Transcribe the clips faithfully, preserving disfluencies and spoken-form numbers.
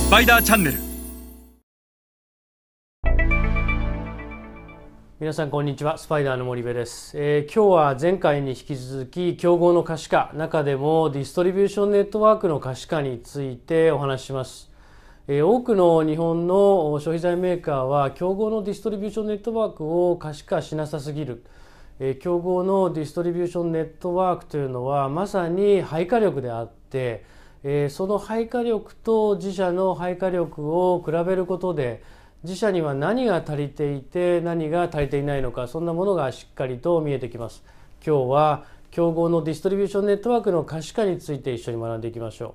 パイダーチャンネル。 皆さんこんにちは、スパイダーの森部です、えー、今日は前回に引き続き競合の可視化、中でもディストリビューションネットワークの可視化についてお話しします。えー、多くの日本の消費財メーカーは競合のディストリビューションネットワークを可視化しなさすぎる。えー、競合のディストリビューションネットワークというのはまさに配下力であって、えー、その配下力と自社の配下力を比べることで自社には何が足りていて何が足りていないのか、そんなものがしっかりと見えてきます。今日は競合のディストリビューションネットワークの可視化について一緒に学んでいきましょ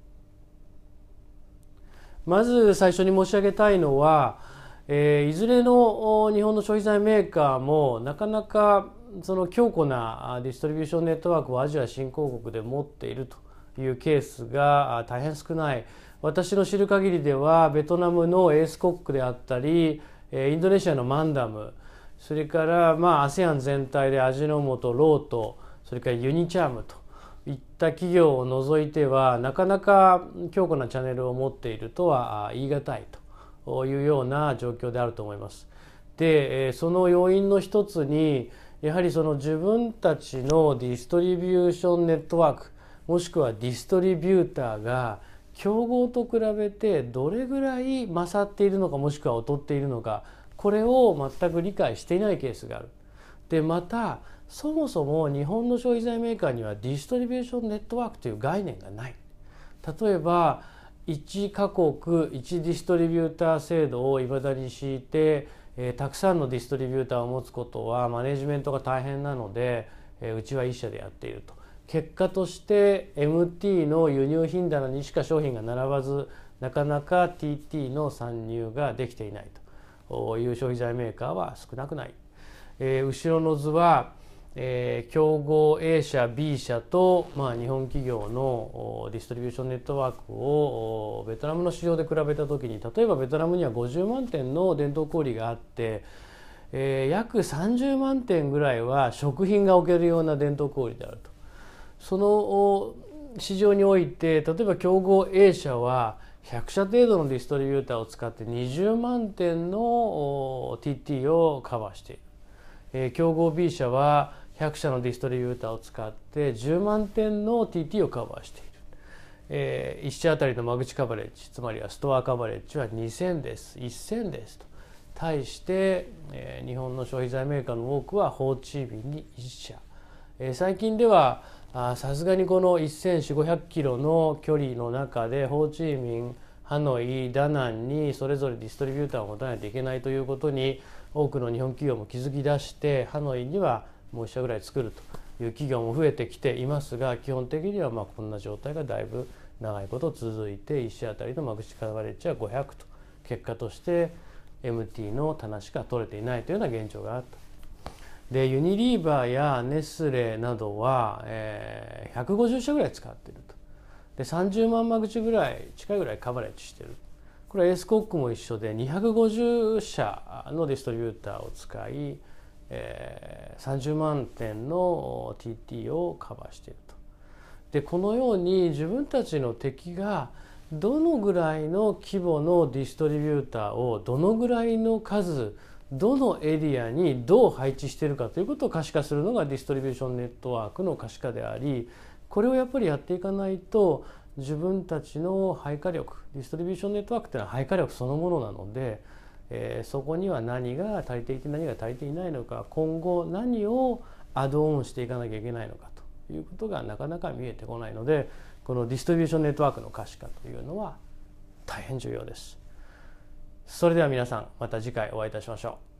う。まず最初に申し上げたいのは、えー、いずれの日本の消費財メーカーもなかなかその強固なディストリビューションネットワークをアジア新興国で持っているというケースが大変少ない。私の知る限りではベトナムのエースコックであったりインドネシアのマンダム、それからまあ アセアン 全体で味の素、ロート、それからユニチャームといった企業を除いてはなかなか強固なチャンネルを持っているとは言い難いというような状況であると思います。で、その要因の一つにやはりその自分たちのディストリビューションネットワーク、もしくはディストリビューターが競合と比べてどれぐらい勝っているのか、もしくは劣っているのか、これを全く理解していないケースがある。でまたそもそも日本の消費財メーカーにはディストリビューションネットワークという概念がない。例えばいちカ国いちディストリビューター制度をいまだに敷いて、えー、たくさんのディストリビューターを持つことはマネジメントが大変なので、えー、うちはいっ社でやっていると。結果として エムティー の輸入品棚にしか商品が並ばず、なかなか ティーティー の参入ができていないという消費財メーカーは少なくない。えー、後ろの図は、えー、競合 エー 社 ビー 社と、まあ、日本企業のディストリビューションネットワークをベトナムの市場で比べたときに、例えばベトナムにはごじゅうまんてんの伝統小売があって、えー、約さんじゅうまんてんぐらいは食品が置けるような伝統小売であると。その市場において例えば競合 エー 社はひゃく社程度のディストリビューターを使ってにじゅうまんてんの ティーティー をカバーしている。えー、競合 ビー 社はひゃく社のディストリビューターを使ってじゅうまんてんの ティーティー をカバーしている。えー、いっ社あたりの間口カバレッジ、つまりはストアカバレッジはにせんです、せんですと。対して、えー、日本の消費財メーカーの多くはホーチミンにいっ社。えー、最近ではさすがにこのせんよんひゃく、ごひゃくキロの距離の中でホーチミン、ハノイ、ダナンにそれぞれディストリビューターを持たないといけないということに多くの日本企業も気づき出して、ハノイにはもういっ社ぐらい作るという企業も増えてきていますが、基本的にはまあこんな状態がだいぶ長いこと続いて、いっ社あたりの間口カバレッジはごひゃくと、結果として エムティー の棚しか取れていないというような現状があった。でユニリーバーやネスレなどは、えー、ひゃくごじゅっ社ぐらい使っていると。でさんじゅうまん間口ぐらい近いぐらいカバレッジしている。これはエースコックも一緒でにひゃくごじゅっ社のディストリビューターを使い、えー、さんじゅうまんてんの ティーティー をカバーしていると。でこのように自分たちの敵がどのぐらいの規模のディストリビューターをどのぐらいの数、どのエリアにどう配置しているかということを可視化するのがディストリビューションネットワークの可視化であり、これをやっぱりやっていかないと自分たちの配下力、ディストリビューションネットワークというのは配下力そのものなので、えー、そこには何が足りていて何が足りていないのか、今後何をアドオンしていかなきゃいけないのかということがなかなか見えてこないので、このディストリビューションネットワークの可視化というのは大変重要です。それでは皆さん、また次回お会いいたしましょう。